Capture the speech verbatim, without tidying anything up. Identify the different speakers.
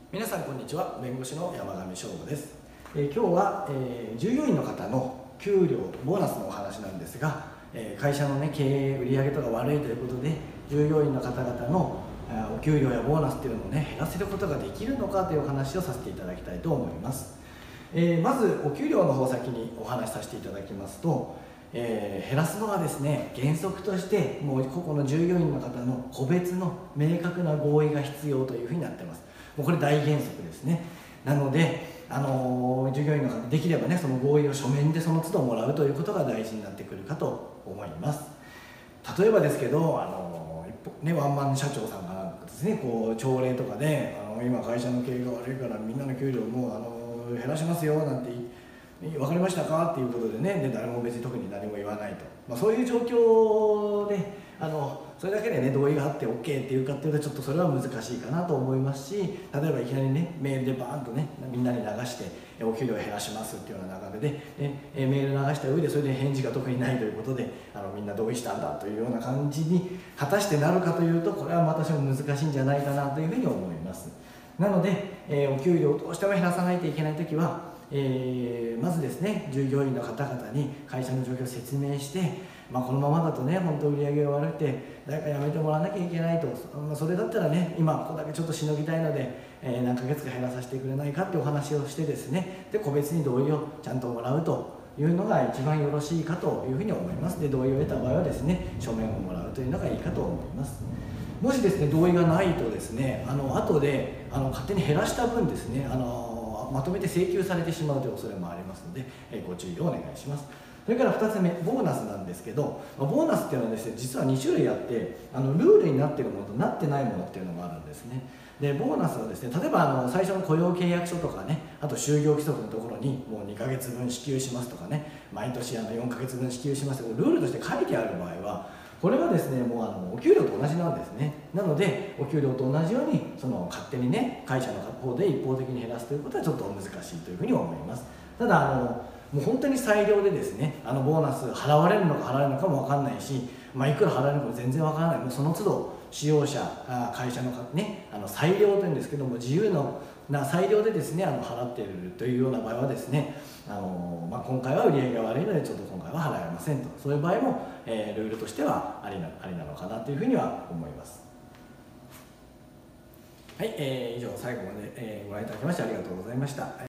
Speaker 1: 皆さんこんにちは。弁護士の山上翔吾です。えー、今日は、えー、従業員の方の給料ボーナスのお話なんですが、えー、会社の、ね、経営売上とか悪いということで従業員の方々のお給料やボーナスっていうのをね減らせることができるのかというお話をさせていただきたいと思います。えー、まずお給料の方先にお話しさせていただきますと、えー、減らすのはですね、原則としてもう個々の従業員の方の個別の明確な合意が必要というふうになっています。もうこれ大原則ですね。なので、あのー、従業員の方できればね、その合意を書面でその都度もらうということが大事になってくるかと思います。例えばですけど、あのーね、ワンマン社長さんがですね、こう朝礼とかで、あの今会社の経営が悪いからみんなの給料も、あのー、減らしますよなんて分かりましたかっていうことでね、で誰も別に特に何も言わないと、まあ、そういう状況であのそれだけでね同意があって オーケー っていうかっていうとちょっとそれは難しいかなと思いますし、例えばいきなりねメールでバーンとねみんなに流してお給料を減らしますっていうような流れで、ね、メール流した上でそれで返事が特にないということであのみんな同意したんだというような感じに果たしてなるかというと、これは私も難しいんじゃないかなというふうに思います。なので、えー、お給料をどうしても減らさないといけないときは、えー、まずですね、従業員の方々に会社の状況を説明して、まあ、このままだとね、本当売り上げが悪くて誰か辞めてもらわなきゃいけないと、まあ、それだったらね、今ここだけちょっとしのぎたいので、えー、何ヶ月か減らさせてくれないかってお話をしてですね、で個別に同意をちゃんともらうというのが一番よろしいかというふうに思います。で、同意を得た場合はですね、書面をもらうというのがいいかと思います。もしですね、同意がないとですね、あの後であの勝手に減らした分ですね、あのまとめて請求されてしまうという恐れもありますので、えご注意をお願いします。それからふたつめ、ボーナスなんですけど、ボーナスっていうのはですね、実はに種類あって、あのルールになっているものとなってないものっていうのがあるんですね。で、ボーナスはですね、例えばあの最初の雇用契約書とかね、あと就業規則のところにもうにかげつぶん支給しますとかね、毎年あのよんかげつぶん支給しますとかルールとして書いてある場合は、これはですね、もうあのお給料と同じなんですね。なので、お給料と同じようにその勝手にね、会社の方で一方的に減らすということはちょっと難しいというふうに思います。ただあのもう本当に裁量でですね、あのボーナス払われるのか払われるのかも分かんないし、まあ、いくら払われるのかも全然分からない、もうその都度使用者、会社のね、あの裁量というんですけども、自由のな裁量でですね、あの払っているというような場合はですね、あの、まあ、今回は売り上げが悪いのでちょっと今回は払えませんと、そういう場合も、えー、ルールとしてはありな、ありなのかなというふうには思います。はい、えー、以上最後まで、えー、ご覧いただきましてありがとうございました。